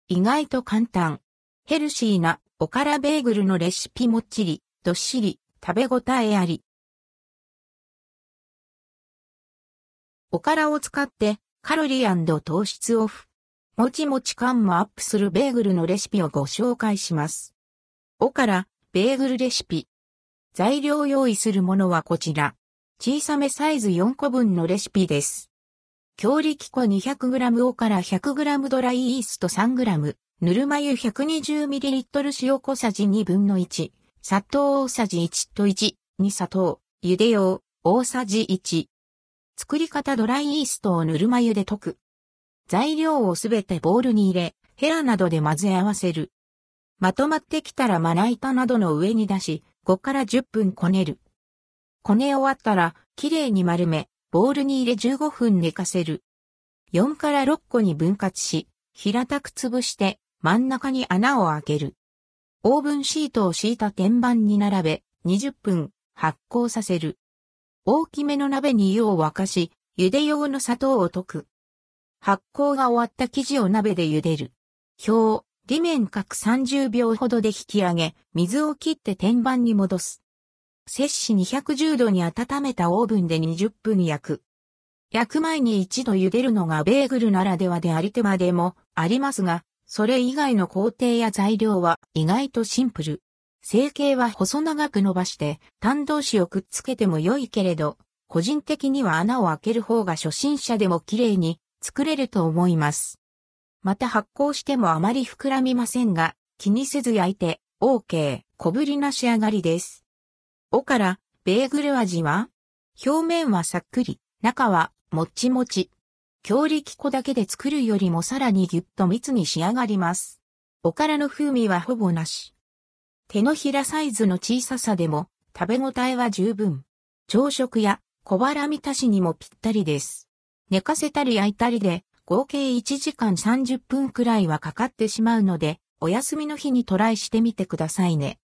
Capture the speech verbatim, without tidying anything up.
意外と簡単。ヘルシーなおからベーグルのレシピもっちり、どっしり、食べ応えあり。おからを使ってカロリー&糖質オフ。もちもち感もアップするベーグルのレシピをご紹介します。おからベーグルレシピ。材料用意するものはこちら。小さめサイズよんこぶんのレシピです。強力粉 にひゃくグラム おから ひゃくグラム ドライイースト さんグラム、ぬるま湯 ひゃくにじゅうミリリットル 塩小さじにぶんのいち、砂糖大さじいちといち、に砂糖、茹で用、大さじいち。作り方ドライイーストをぬるま湯で溶く。材料をすべてボウルに入れ、ヘラなどで混ぜ合わせる。まとまってきたらまな板などの上に出し、ごからじゅっぷんこねる。こね終わったら、きれいに丸め、ボウルに入れじゅうごふん寝かせる。よんからろっこに分割し、平たく潰して、真ん中に穴を開ける。オーブンシートを敷いた天板に並べ、にじゅっぷん発酵させる。大きめの鍋に湯を沸かし、茹で用の砂糖を溶く。発酵が終わった生地を鍋で茹でる。表、裏面角さんじゅうびょうほどで引き上げ、水を切って天板に戻す。摂氏にひゃくじゅうどに温めたオーブンでにじゅっぷん焼く。焼く前に一度茹でるのがベーグルならではであり手間でもありますが、それ以外の工程や材料は意外とシンプル。成形は細長く伸ばして、端同士をくっつけても良いけれど、個人的には穴を開ける方が初心者でも綺麗に作れると思います。また発酵してもあまり膨らみませんが、気にせず焼いて OK、小ぶりな仕上がりです。おから、ベーグル味は表面はさっくり、中はもっちもち。強力粉だけで作るよりもさらにぎゅっと密に仕上がります。おからの風味はほぼなし。手のひらサイズの小ささでも食べ応えは十分。朝食や小腹満たしにもぴったりです。寝かせたり焼いたりで合計いちじかんさんじゅっぷんくらいはかかってしまうので、お休みの日にトライしてみてくださいね。